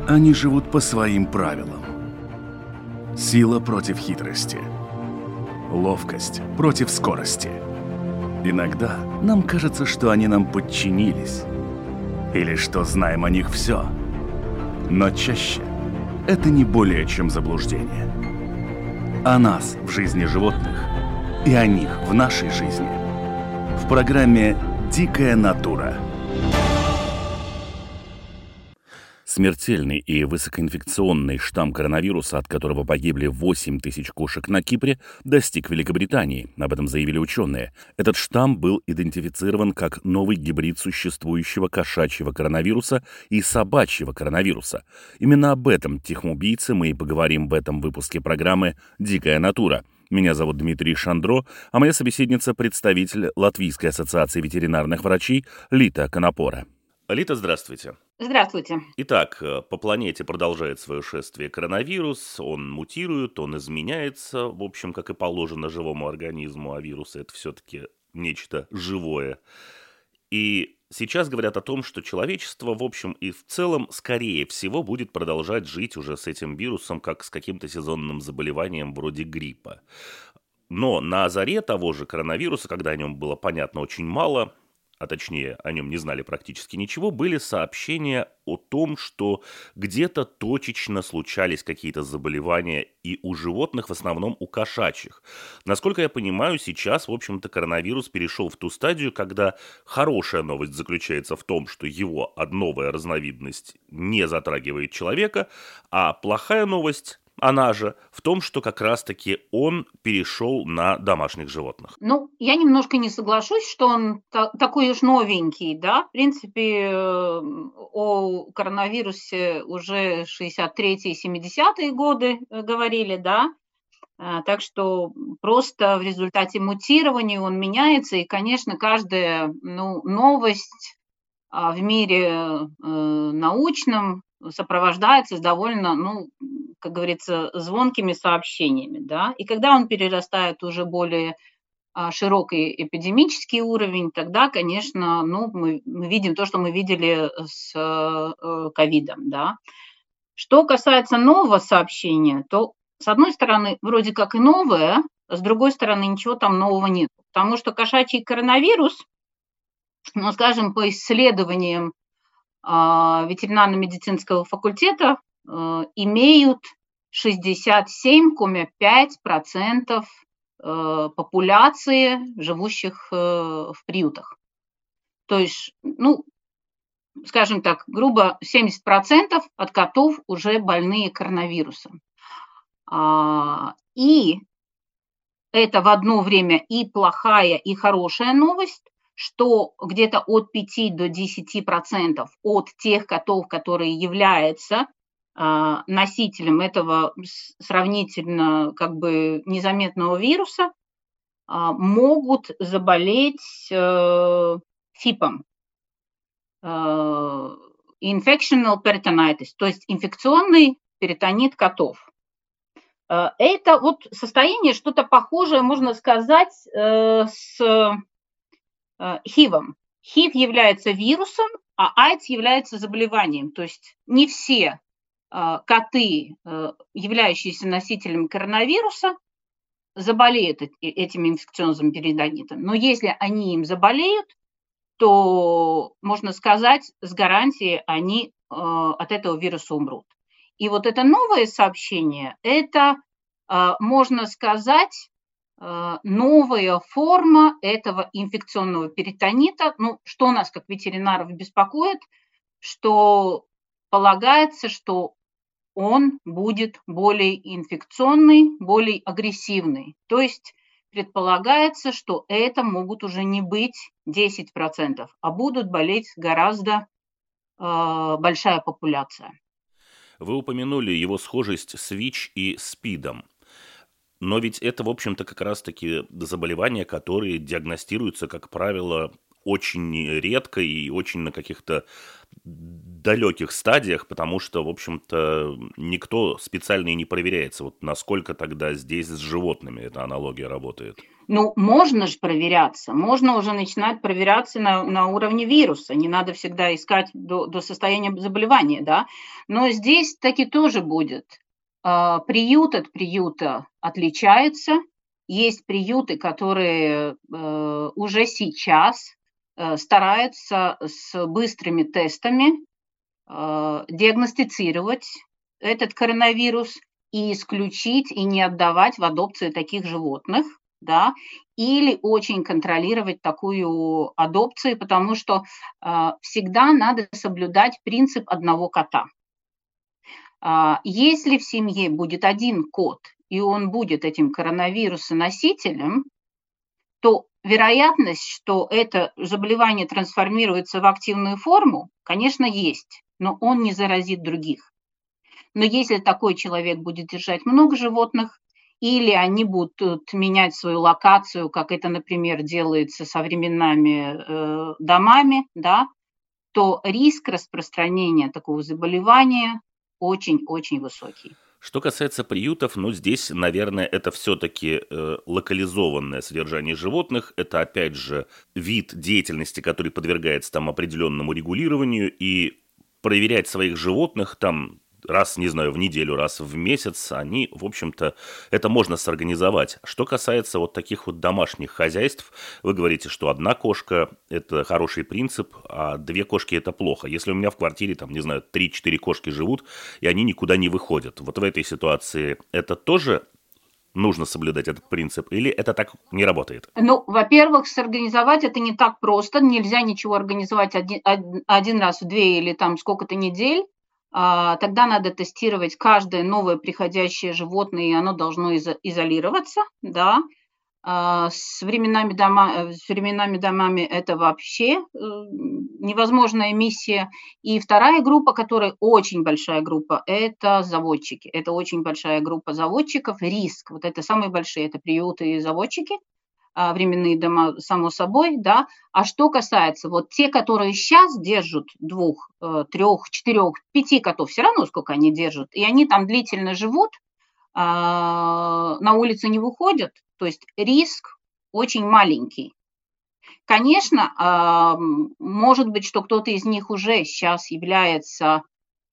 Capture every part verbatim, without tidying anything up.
Они живут по своим правилам. Сила против хитрости. Ловкость против скорости. Иногда нам кажется, что они нам подчинились. Или что знаем о них все. Но чаще это не более чем заблуждение. О нас в жизни животных и о них в нашей жизни. В программе «Дикая натура». Смертельный и высокоинфекционный штамм коронавируса, от которого погибли восемь тысяч кошек на Кипре, достиг Великобритании. Об этом заявили ученые. Этот штамм был идентифицирован как новый гибрид существующего кошачьего коронавируса и собачьего коронавируса. Именно об этом тихом убийце мы и поговорим в этом выпуске программы «Дикая натура». Меня зовут Дмитрий Шандро, а моя собеседница — представитель Латвийской ассоциации ветеринарных врачей Лита Конопора. Лита, здравствуйте. Здравствуйте. Итак, по планете продолжает свое шествие коронавирус, он мутирует, он изменяется, в общем, как и положено живому организму, а вирусы — это все-таки нечто живое. И сейчас говорят о том, что человечество, в общем и в целом, скорее всего, будет продолжать жить уже с этим вирусом, как с каким-то сезонным заболеванием вроде гриппа. Но на заре того же коронавируса, когда о нем было понятно очень мало, а точнее о нем не знали практически ничего, были сообщения о том, что где-то точечно случались какие-то заболевания и у животных, в основном у кошачьих. Насколько я понимаю, сейчас, в общем-то, коронавирус перешел в ту стадию, когда хорошая новость заключается в том, что его новая разновидность не затрагивает человека, а плохая новость, она же, в том, что как раз-таки он перешел на домашних животных. Ну, я немножко не соглашусь, что он та- такой уж новенький, да. В принципе, э, о коронавирусе уже шестьдесят третьи и семидесятые годы э, говорили, да. А, Так что просто в результате мутирования он меняется, и, конечно, каждая ну, новость а, в мире э, научном сопровождается с довольно, ну, как говорится, звонкими сообщениями, да. И когда он перерастает уже более а, широкий эпидемический уровень, тогда, конечно, ну, мы, мы видим то, что мы видели с э, ковидом, да. Что касается нового сообщения, то, с одной стороны, вроде как и новое, с другой стороны, ничего там нового нет. Потому что кошачий коронавирус, ну, скажем, по исследованиям а, ветеринарно-медицинского факультета, э, имеют шестьдесят семь целых пять десятых процента э, популяции, живущих э, в приютах. То есть, ну, скажем так, грубо семьдесят процентов от котов уже больные коронавирусом. А, И это в одно время и плохая, и хорошая новость, что где-то от пяти до десяти процентов от тех котов, которые являются а, носителем этого с- сравнительно как бы незаметного вируса, а, могут заболеть э, ФИПом, э, infectional peritonitis, то есть инфекционный перитонит котов. Э, Это вот состояние что-то похожее, можно сказать, э, с э, хивом. хив является вирусом, а AIDS является заболеванием. То есть не все э, коты, э, являющиеся носителями коронавируса, заболеют эт- этим инфекционным перитонитом. Но если они им заболеют, то, можно сказать, с гарантией они э, от этого вируса умрут. И вот это новое сообщение, это, э, можно сказать, э, новая форма этого инфекционного перитонита. Ну, что нас, как ветеринаров, беспокоит, что полагается, что он будет более инфекционный, более агрессивный. То есть предполагается, что это могут уже не быть десять процентов, а будут болеть гораздо э, большая популяция. Вы упомянули его схожесть с ВИЧ и СПИДом. Но ведь это, в общем-то, как раз-таки заболевания, которые диагностируются, как правило, очень редко и очень на каких-то далеких стадиях, потому что, в общем-то, никто специально и не проверяется. Вот насколько тогда здесь с животными эта аналогия работает? Ну, можно же проверяться, можно уже начинать проверяться на, на уровне вируса, не надо всегда искать до, до состояния заболевания, да. Но здесь таки тоже будет. А, приют от приюта отличается. Есть приюты, которые э, уже сейчас э, стараются с быстрыми тестами э, диагностицировать этот коронавирус и исключить и не отдавать в адопцию таких животных, да, или очень контролировать такую адопцию, потому что э, всегда надо соблюдать принцип одного кота. А, если в семье будет один кот, и он будет этим коронавирусоносителем, то вероятность, что это заболевание трансформируется в активную форму, конечно, есть, но он не заразит других. Но если такой человек будет держать много животных, или они будут менять свою локацию, как это, например, делается современными э, домами, да, то риск распространения такого заболевания очень-очень высокий. Что касается приютов, ну, здесь, наверное, это все-таки э, локализованное содержание животных. Это, опять же, вид деятельности, который подвергается там определенному регулированию. И проверять своих животных там раз, не знаю, в неделю, раз в месяц, они, в общем-то, это можно сорганизовать. Что касается вот таких вот домашних хозяйств, вы говорите, что одна кошка – это хороший принцип, а две кошки – это плохо. Если у меня в квартире, там, не знаю, три-четыре кошки живут, и они никуда не выходят, вот в этой ситуации это тоже нужно соблюдать этот принцип, или это так не работает? Ну, во-первых, сорганизовать это не так просто. Нельзя ничего организовать один, один раз в две или там сколько-то недель. Тогда надо тестировать каждое новое приходящее животное, и оно должно изолироваться, да. С временными, дома, с временными домами это вообще невозможная миссия. И вторая группа, которая очень большая группа, это заводчики. Это очень большая группа заводчиков. Риск, вот это самые большие, это приюты и заводчики. Временные дома, само собой, да. А что касается вот те, которые сейчас держат двух, трех, четырех, пяти котов, все равно сколько они держат, и они там длительно живут, на улицу не выходят, то есть риск очень маленький. Конечно, может быть, что кто-то из них уже сейчас является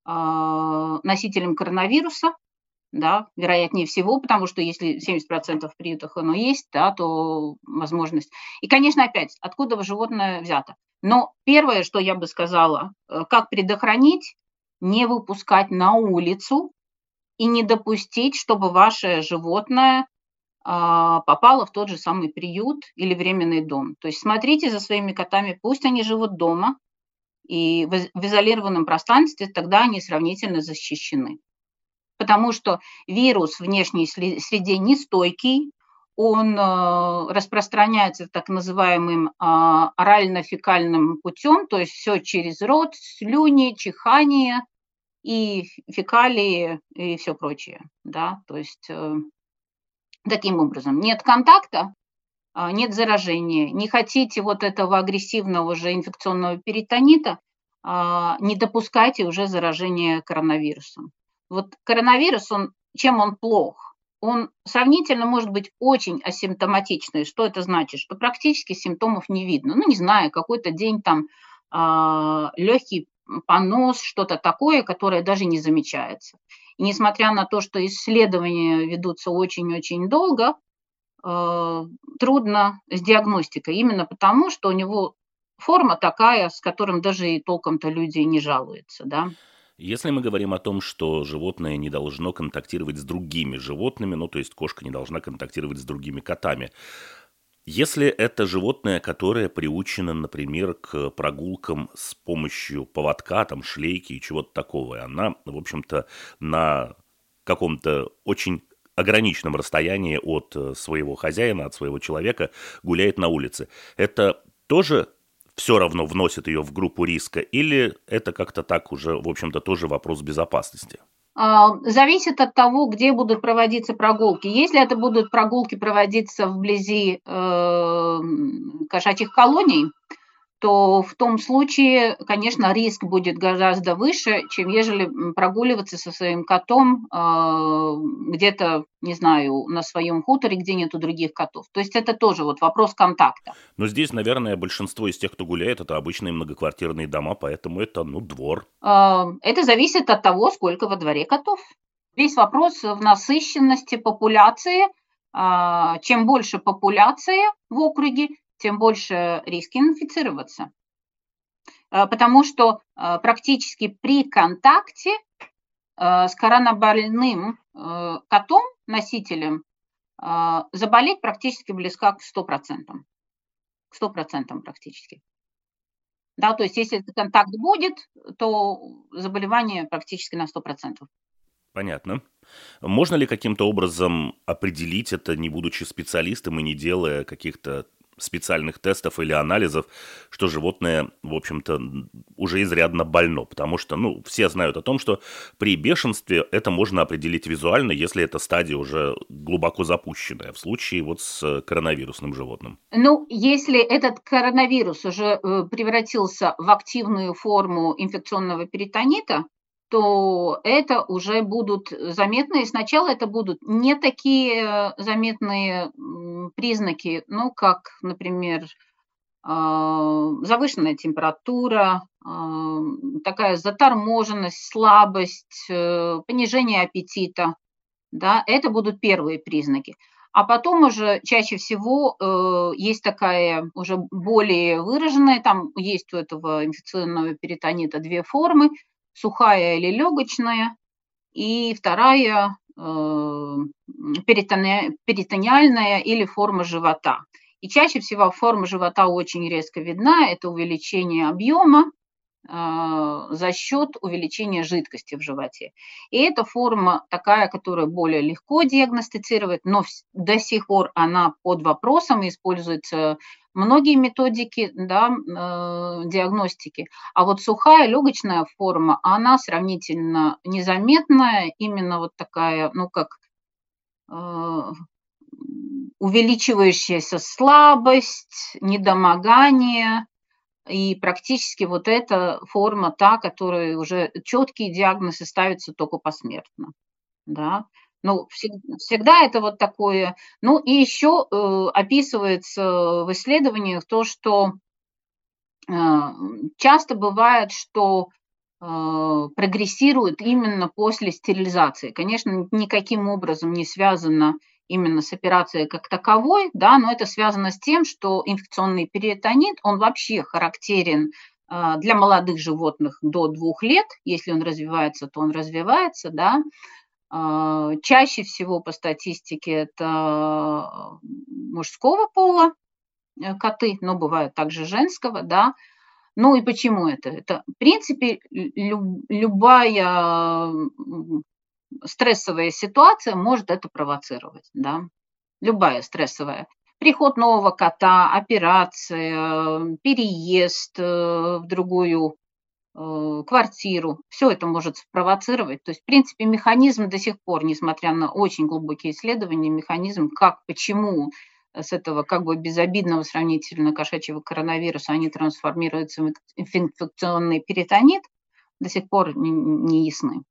носителем коронавируса, да, вероятнее всего, потому что если семьдесят процентов в приютах оно есть, да, то возможность. И, конечно, опять, откуда животное взято. Но первое, что я бы сказала, как предохранить, не выпускать на улицу и не допустить, чтобы ваше животное а, попало в тот же самый приют или временный дом. То есть смотрите за своими котами, пусть они живут дома и в, в изолированном пространстве, тогда они сравнительно защищены. Потому что вирус в внешней среде нестойкий, он э, распространяется так называемым э, орально-фекальным путем, то есть все через рот, слюни, чихание и фекалии и все прочее. Да? То есть э, таким образом нет контакта, э, нет заражения. Не хотите вот этого агрессивного же инфекционного перитонита, э, не допускайте уже заражения коронавирусом. Вот коронавирус, он, чем он плох? Он сравнительно может быть очень асимптоматичный. Что это значит? Что практически симптомов не видно. Ну, не знаю, какой-то день там э, легкий понос, что-то такое, которое даже не замечается. И несмотря на то, что исследования ведутся очень-очень долго, э, трудно с диагностикой. Именно потому, что у него форма такая, с которым даже и толком-то люди не жалуются, да. Если мы говорим о том, что животное не должно контактировать с другими животными, ну, то есть кошка не должна контактировать с другими котами, если это животное, которое приучено, например, к прогулкам с помощью поводка, там, шлейки и чего-то такого, и она, в общем-то, на каком-то очень ограниченном расстоянии от своего хозяина, от своего человека гуляет на улице, это тоже все равно вносит ее в группу риска, или это как-то так уже, в общем-то, тоже вопрос безопасности? Зависит от того, где будут проводиться прогулки. Если это будут прогулки проводиться вблизи э, кошачьих колоний, то в том случае, конечно, риск будет гораздо выше, чем ежели прогуливаться со своим котом э, где-то, не знаю, на своем хуторе, где нету других котов. То есть это тоже вот вопрос контакта. Но здесь, наверное, большинство из тех, кто гуляет, это обычные многоквартирные дома, поэтому это, ну, двор. Э, это зависит от того, сколько во дворе котов. Весь вопрос в насыщенности популяции. Э, чем больше популяция в округе, тем больше риски инфицироваться. Потому что практически при контакте с коронабольным котом, носителем, заболеть практически близка к сто процентов. К сто процентов практически. Да, то есть если контакт будет, то заболевание практически на сто процентов. Понятно. Можно ли каким-то образом определить это, не будучи специалистом и не делая каких-то специальных тестов или анализов, что животное, в общем-то, уже изрядно больно? Потому что, ну, все знают о том, что при бешенстве это можно определить визуально, если эта стадия уже глубоко запущенная, в случае вот с коронавирусным животным. Ну, если этот коронавирус уже превратился в активную форму инфекционного перитонита, то это уже будут заметные. Сначала это будут не такие заметные признаки, ну, как, например, завышенная температура, такая заторможенность, слабость, понижение аппетита. Да, это будут первые признаки. А потом уже чаще всего э, есть такая уже более выраженная, там есть у этого инфекционного перитонита две формы, сухая или легочная, и вторая э, перитони, перитониальная или форма живота. И чаще всего форма живота очень резко видна, это увеличение объема э, за счет увеличения жидкости в животе. И эта форма такая, которая более легко диагностицировать, но до сих пор она под вопросом, используется многие методики, да, э, диагностики. А вот сухая легочная форма, она сравнительно незаметная, именно вот такая, ну как э, увеличивающаяся слабость, недомогание. И практически вот эта форма та, которая уже четкие диагнозы ставятся только посмертно. Да. Ну, всегда это вот такое. Ну, и еще э, описывается в исследованиях то, что э, часто бывает, что э, прогрессирует именно после стерилизации. Конечно, никаким образом не связано именно с операцией как таковой, да, но это связано с тем, что инфекционный перитонит, он вообще характерен э, для молодых животных до двух лет. Если он развивается, то он развивается, да. Чаще всего по статистике это мужского пола коты, но бывает также женского, да. Ну и почему это? Это, в принципе, люб, любая стрессовая ситуация может это провоцировать, да. Любая стрессовая. Приход нового кота, операция, переезд в другую квартиру. Все это может спровоцировать. То есть, в принципе, механизм до сих пор, несмотря на очень глубокие исследования, механизм, как, почему с этого как бы безобидного сравнительно кошачьего коронавируса они трансформируются в инфекционный перитонит, до сих пор не, не ясны.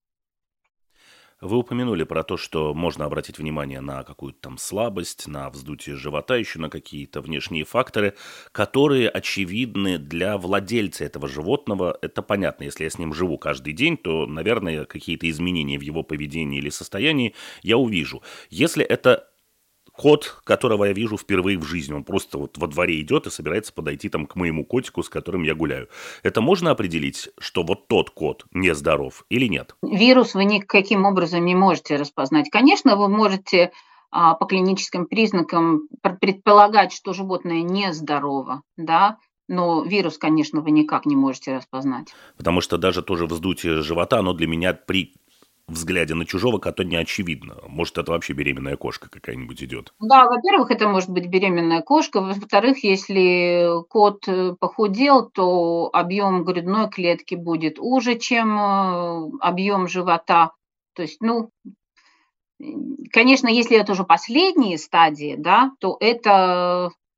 Вы упомянули про то, что можно обратить внимание на какую-то там слабость, на вздутие живота, еще на какие-то внешние факторы, которые очевидны для владельца этого животного. Это понятно, если я с ним живу каждый день, то, наверное, какие-то изменения в его поведении или состоянии я увижу. Если это кот, которого я вижу впервые в жизни, он просто вот во дворе идет и собирается подойти там к моему котику, с которым я гуляю. Это можно определить, что вот тот кот нездоров или нет? Вирус вы никаким образом не можете распознать. Конечно, вы можете а, по клиническим признакам предполагать, что животное нездорово, да, но вирус, конечно, вы никак не можете распознать. Потому что даже тоже вздутие живота, оно для меня при взгляде на чужого кота не очевидно. Может, это вообще беременная кошка какая-нибудь идет? Да, во-первых, это может быть беременная кошка. Во-вторых, если кот похудел, то объем грудной клетки будет уже, чем объем живота. То есть, ну, конечно, если это уже последние стадии, да, то это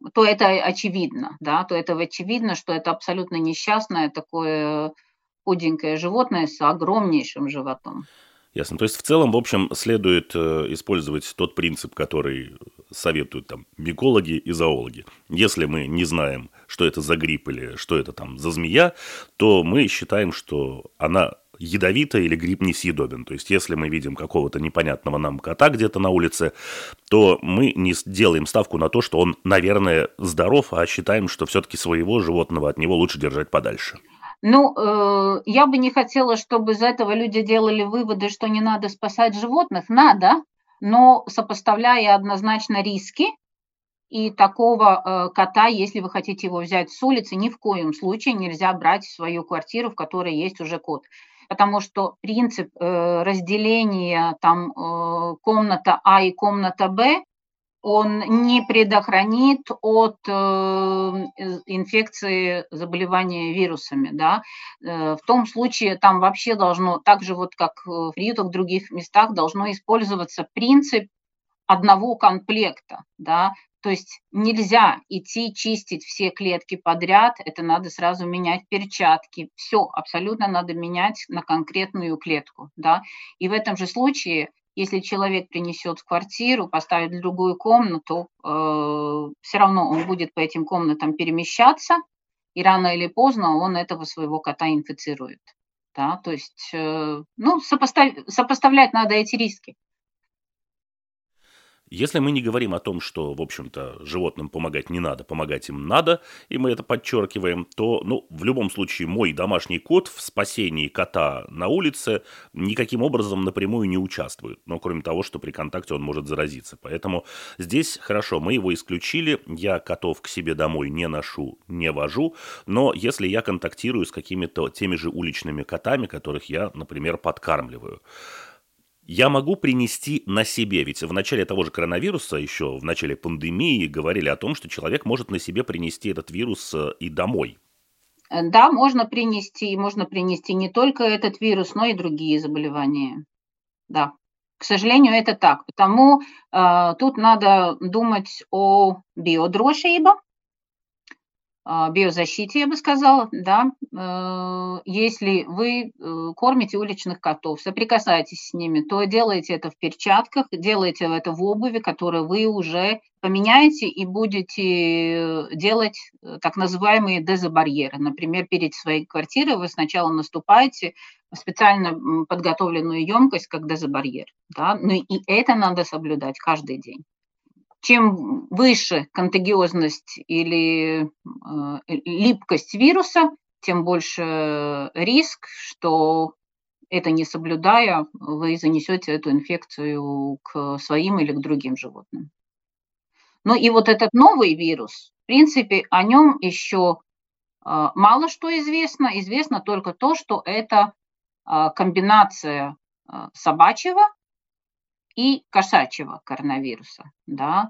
то это очевидно, да, то это очевидно, что это абсолютно несчастное такое худенькое животное с огромнейшим животом. Ясно. То есть в целом, в общем, следует э, использовать тот принцип, который советуют там микологи и зоологи. Если мы не знаем, что это за гриб или что это там за змея, то мы считаем, что она ядовита или гриб несъедобен. То есть если мы видим какого-то непонятного нам кота где-то на улице, то мы не делаем ставку на то, что он, наверное, здоров, а считаем, что все-таки своего животного от него лучше держать подальше. Ну, э, я бы не хотела, чтобы из этого люди делали выводы, что не надо спасать животных. Надо, но сопоставляя однозначно риски. И такого э, кота, если вы хотите его взять с улицы, ни в коем случае нельзя брать в свою квартиру, в которой есть уже кот. Потому что принцип э, разделения там э, комната А и комната Б, он не предохранит от э, инфекции заболевания вирусами, да. Э, в том случае там вообще должно, так же вот как в приютах в других местах, должно использоваться принцип одного комплекта, да. То есть нельзя идти чистить все клетки подряд, это надо сразу менять перчатки, все абсолютно надо менять на конкретную клетку, да. И в этом же случае, если человек принесет в квартиру, поставит в другую комнату, э, все равно он будет по этим комнатам перемещаться, и рано или поздно он этого своего кота инфицирует, да. То есть, э, ну, сопостав сопоставлять надо эти риски. Если мы не говорим о том, что, в общем-то, животным помогать не надо, помогать им надо, и мы это подчеркиваем, то, ну, в любом случае, мой домашний кот в спасении кота на улице никаким образом напрямую не участвует. Но кроме того, что при контакте он может заразиться. Поэтому здесь, хорошо, мы его исключили, я котов к себе домой не ношу, не вожу, но если я контактирую с какими-то теми же уличными котами, которых я, например, подкармливаю, я могу принести на себе, ведь в начале того же коронавируса, еще в начале пандемии, говорили о том, что человек может на себе принести этот вирус э, и домой. Э, Да, можно принести, можно принести не только этот вирус, но и другие заболевания. Да, к сожалению, это так. Потому э, тут надо думать о биодрожжи, а, биозащите, я бы сказала, да. Э, Если вы э, кормите уличных котов, соприкасаетесь с ними, то делайте это в перчатках, делайте это в обуви, которую вы уже поменяете и будете делать э, так называемые дезобарьеры. Например, перед своей квартирой вы сначала наступаете в специально м, подготовленную емкость, как дезобарьер. Да? Ну и это надо соблюдать каждый день. Чем выше контагиозность или э, липкость вируса, тем больше риск, что это не соблюдая, вы занесете эту инфекцию к своим или к другим животным. Ну и вот этот новый вирус, в принципе, о нем еще э, мало что известно. Известно только то, что это э, комбинация э, собачьего и кошачьего коронавируса, да.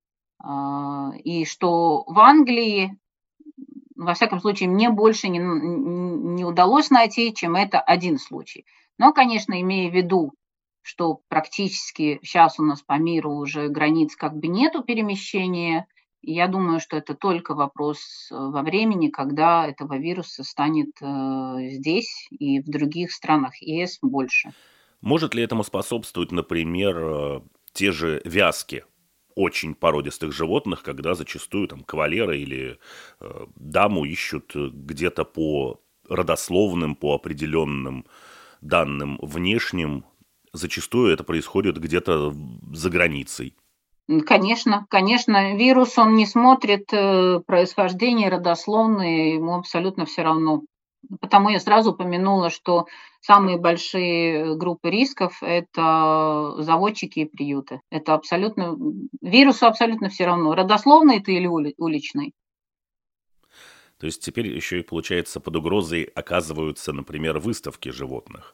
А, и что в Англии, во всяком случае, мне больше не, не удалось найти, чем это один случай. Но, конечно, имея в виду, что практически сейчас у нас по миру уже границ как бы нету перемещения, я думаю, что это только вопрос э, во времени, когда этого вируса станет э, здесь и в других странах ЕС больше. Может ли этому способствовать, например, э, те же вязки очень породистых животных, когда зачастую там кавалеры или э, даму ищут э, где-то по родословным, по определенным данным внешним, зачастую это происходит где-то в- за границей. М, Конечно, конечно, вирус, он не смотрит э, происхождение родословное, ему абсолютно все равно. Потому я сразу упомянула, что самые большие группы рисков – это заводчики и приюты. Это абсолютно, м, вирусу абсолютно все равно, родословный ты или ули- уличный. То есть теперь еще и, получается, под угрозой оказываются, например, выставки животных.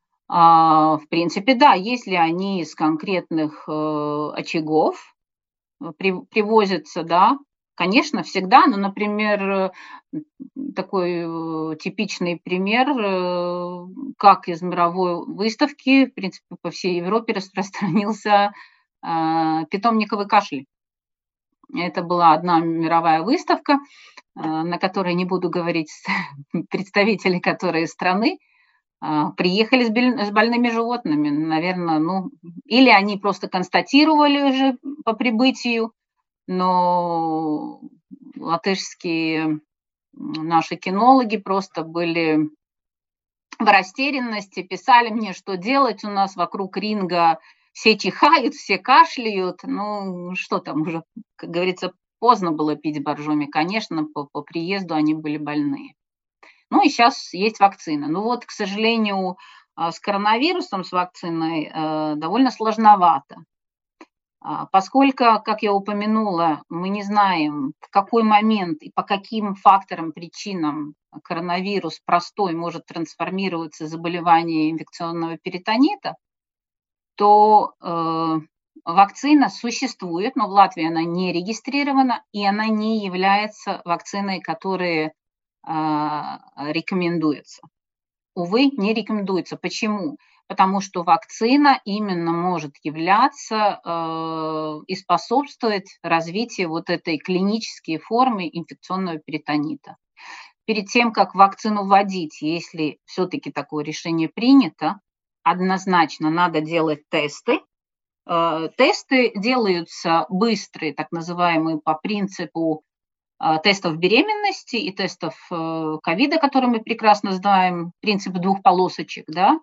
А, в принципе, да, если они из конкретных э, очагов, э, при привозятся, да, конечно, всегда. Ну, например, э, м, такой, э, типичный пример, э, как из мировой выставки, в принципе, по всей Европе распространился, а, питомниковый кашель. Это была одна мировая выставка, на которой, не буду говорить представители которой страны, приехали с больными животными. Наверное, ну, или они просто констатировали уже по прибытию, но латышские наши кинологи просто были в растерянности, писали мне, что делать. У нас вокруг ринга все чихают, все кашляют. Ну, что там уже, как говорится, поздно было пить боржоми. Конечно, по, по приезду они были больные. Ну и сейчас есть вакцина. Ну вот, к сожалению, с коронавирусом, с вакциной довольно сложновато. Поскольку, как я упомянула, мы не знаем, в какой момент и по каким факторам, причинам коронавирус простой может трансформироваться в заболевание инфекционного перитонита, то э, вакцина существует, но в Латвии она не регистрирована, и она не является вакциной, которая э, рекомендуется. Увы, не рекомендуется. Почему? Потому что вакцина именно может являться э, и способствовать развитию вот этой клинической формы инфекционного перитонита. Перед тем, как вакцину вводить, если все-таки такое решение принято, однозначно надо делать тесты. Э, тесты делаются быстрые, так называемые по принципу э, тестов беременности и тестов э, ковида, которые мы прекрасно знаем, принцип двух полосочек, да.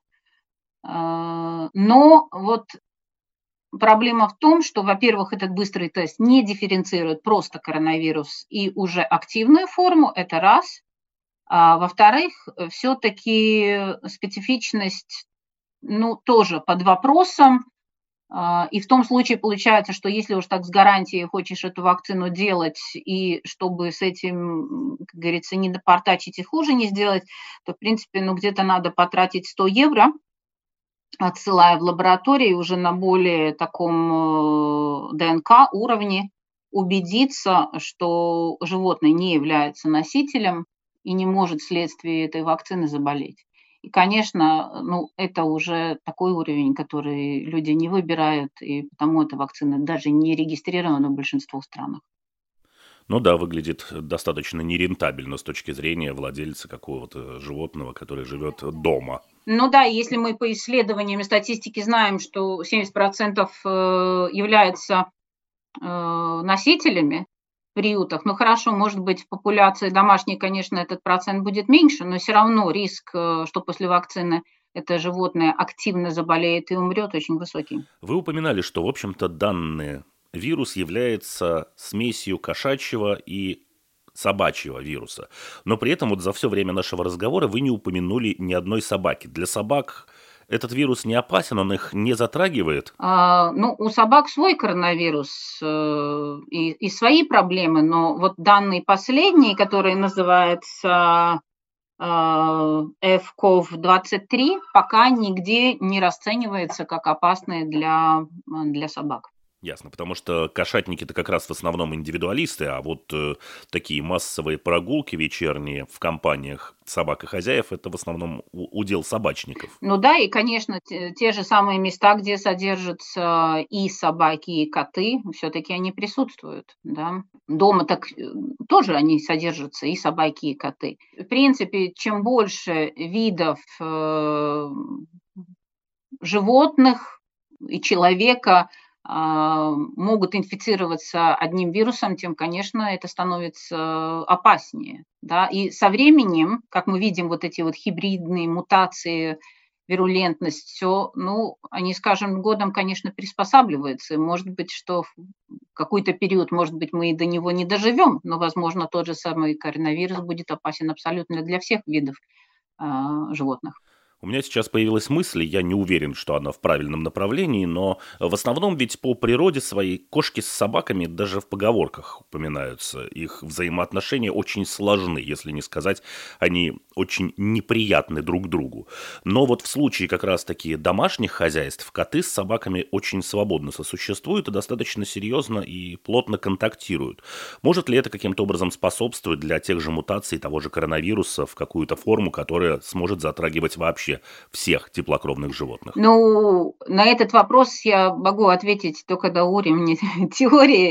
Но вот проблема в том, что, во-первых, этот быстрый тест не дифференцирует просто коронавирус и уже активную форму, это раз. А во-вторых, все-таки специфичность, ну, тоже под вопросом. И в том случае получается, что если уж так с гарантией хочешь эту вакцину делать, и чтобы с этим, как говорится, не напортачить и хуже не сделать, то, в принципе, ну, где-то надо потратить сто евро, отсылая в лабораторию уже на более таком ДНК уровне, убедиться, что животное не является носителем и не может вследствие этой вакцины заболеть. И, конечно, ну, это уже такой уровень, который люди не выбирают, и потому эта вакцина даже не регистрирована в большинстве стран. Ну да, выглядит достаточно нерентабельно с точки зрения владельца какого-то животного, который живет дома. Ну да, если мы по исследованиям и статистике знаем, что семьдесят процентов являются носителями в приютах, ну хорошо, может быть, в популяции домашней, конечно, этот процент будет меньше, но все равно риск, что после вакцины это животное активно заболеет и умрет, очень высокий. Вы упоминали, что, в общем-то, данный вирус является смесью кошачьего и собачьего вируса. Но при этом вот за все время нашего разговора вы не упомянули ни одной собаки. Для собак этот вирус не опасен, он их не затрагивает? А, ну, у собак свой коронавирус э, и, и свои проблемы, но вот данный последний, который называется э, эф ков двадцать три, пока нигде не расценивается как опасный для, для собак. Ясно, потому что кошатники-то как раз в основном индивидуалисты, а вот э, такие массовые прогулки вечерние в компаниях собак и хозяев – это в основном удел собачников. Ну да, и, конечно, те, те же самые места, где содержатся и собаки, и коты, все-таки они присутствуют, да. Дома так тоже они содержатся, и собаки, и коты. В принципе, чем больше видов э, животных и человека могут инфицироваться одним вирусом, тем, конечно, это становится опаснее. Да? И со временем, как мы видим, вот эти вот хибридные мутации, вирулентность, все, ну, они с каждым годом, конечно, приспосабливаются. Может быть, что в какой-то период, может быть, мы и до него не доживем, но, возможно, тот же самый коронавирус будет опасен абсолютно для всех видов э, животных. У меня сейчас появилась мысль, я не уверен, что она в правильном направлении, но в основном ведь по природе своей кошки с собаками даже в поговорках упоминаются. Их взаимоотношения очень сложны, если не сказать, они очень неприятны друг другу. Но вот в случае как раз-таки домашних хозяйств коты с собаками очень свободно сосуществуют и достаточно серьезно и плотно контактируют. Может ли это каким-то образом способствовать для тех же мутаций того же коронавируса в какую-то форму, которая сможет затрагивать вообще всех теплокровных животных? Ну, на этот вопрос я могу ответить только до уровня теории,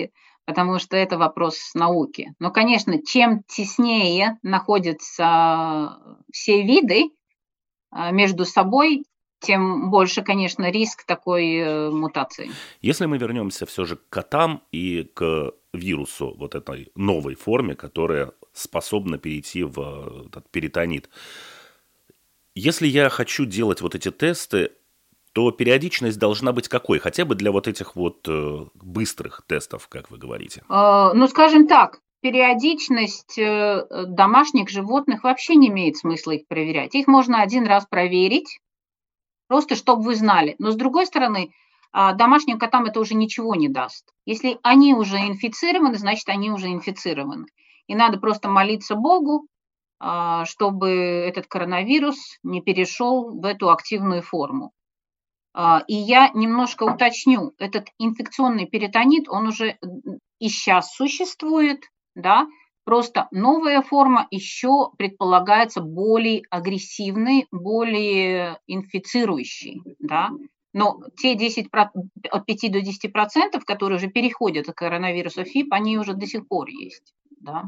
потому что это вопрос науки. Но, конечно, чем теснее находятся все виды между собой, тем больше, конечно, риск такой мутации. Если мы вернемся все же к котам и к вирусу, вот этой новой форме, которая способна перейти в этот перитонит. Если я хочу делать вот эти тесты, то периодичность должна быть какой? Хотя бы для вот этих вот э, быстрых тестов, как вы говорите. Э, ну, скажем так, периодичность э, домашних животных вообще не имеет смысла их проверять. Их можно один раз проверить, просто чтобы вы знали. Но, с другой стороны, э, домашним котам это уже ничего не даст. Если они уже инфицированы, значит, они уже инфицированы. И надо просто молиться Богу, э, чтобы этот коронавирус не перешел в эту активную форму. И я немножко уточню, этот инфекционный перитонит, он уже и сейчас существует, да, просто новая форма еще предполагается более агрессивной, более инфицирующей, да. Но те десять, от пяти до десяти процентов, которые уже переходят от коронавируса ФИП, они уже до сих пор есть, да.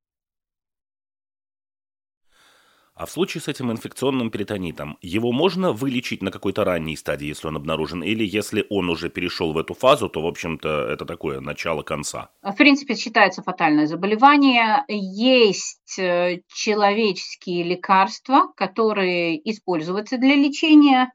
А в случае с этим инфекционным перитонитом, его можно вылечить на какой-то ранней стадии, если он обнаружен? Или если он уже перешел в эту фазу, то, в общем-то, это такое начало конца? В принципе, считается фатальное заболевание. Есть человеческие лекарства, которые используются для лечения.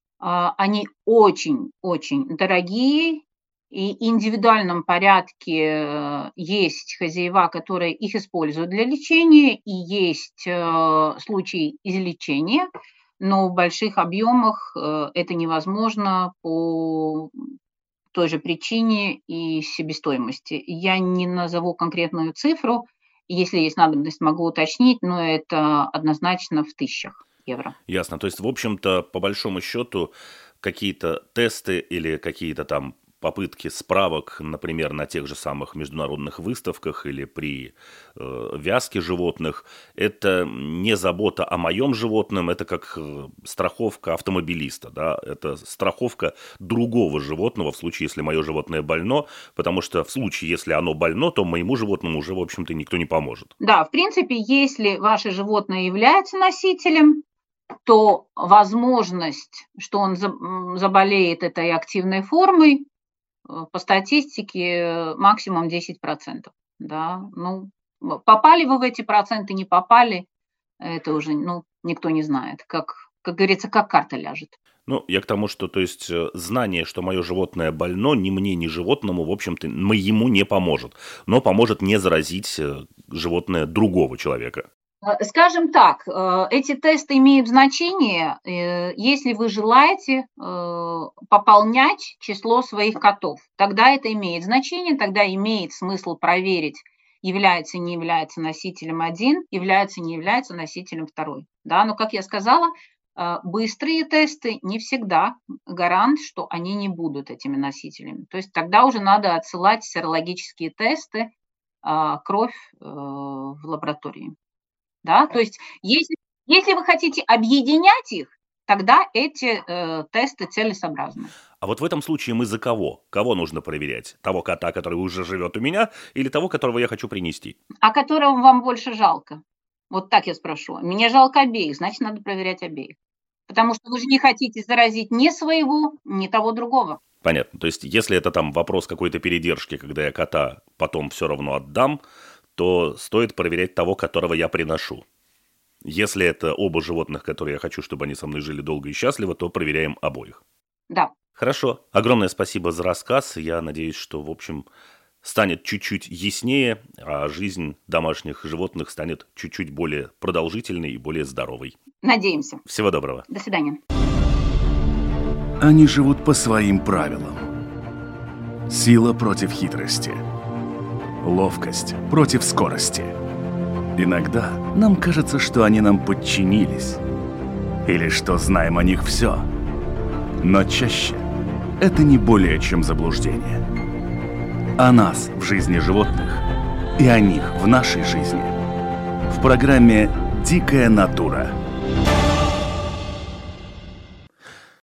Они очень-очень дорогие. И в индивидуальном порядке есть хозяева, которые их используют для лечения, и есть случаи излечения, но в больших объемах это невозможно по той же причине и себестоимости. Я не назову конкретную цифру, если есть надобность, могу уточнить, но это однозначно в тысячах евро. Ясно. То есть, в общем-то, по большому счету, какие-то тесты или какие-то там попытки справок, например, на тех же самых международных выставках или при э, вязке животных, это не забота о моем животном, это как э, страховка автомобилиста, да, это страховка другого животного в случае, если мое животное больно, потому что в случае, если оно больно, то моему животному уже, в общем-то, никто не поможет. Да, в принципе, если ваше животное является носителем, то возможность, что он заболеет этой активной формой, по статистике максимум десять процентов. Да? Ну, попали вы в эти проценты, не попали, это уже ну, никто не знает. Как, как говорится, как карта ляжет. Ну, я к тому, что, то есть, знание, что мое животное больно, ни мне, ни животному, в общем-то, ему не поможет. Но поможет не заразить животное другого человека. Скажем так, эти тесты имеют значение, если вы желаете пополнять число своих котов. Тогда это имеет значение, тогда имеет смысл проверить, является, не является носителем один, является, не является носителем второй. Да, но, как я сказала, быстрые тесты не всегда гарант, что они не будут этими носителями. То есть тогда уже надо отсылать серологические тесты, кровь в лаборатории. Да, то есть, если, если вы хотите объединять их, тогда эти э, тесты целесообразны. А вот в этом случае мы за кого? Кого нужно проверять? Того кота, который уже живет у меня, или того, которого я хочу принести? А которого вам больше жалко? Вот так я спрошу. Мне жалко обеих, значит, надо проверять обеих. Потому что вы же не хотите заразить ни своего, ни того другого. Понятно. То есть, если это там вопрос какой-то передержки, когда я кота потом все равно отдам, то стоит проверять того, которого я приношу. Если это оба животных, которые я хочу, чтобы они со мной жили долго и счастливо, то проверяем обоих. Да. Хорошо. Огромное спасибо за рассказ. Я надеюсь, что, в общем, станет чуть-чуть яснее, а жизнь домашних животных станет чуть-чуть более продолжительной и более здоровой. Надеемся. Всего доброго. До свидания. Они живут по своим правилам. Сила против хитрости. Ловкость против скорости. Иногда нам кажется, что они нам подчинились, или что знаем о них все. Но чаще это не более чем заблуждение. О нас в жизни животных и о них в нашей жизни. В программе «Дикая натура».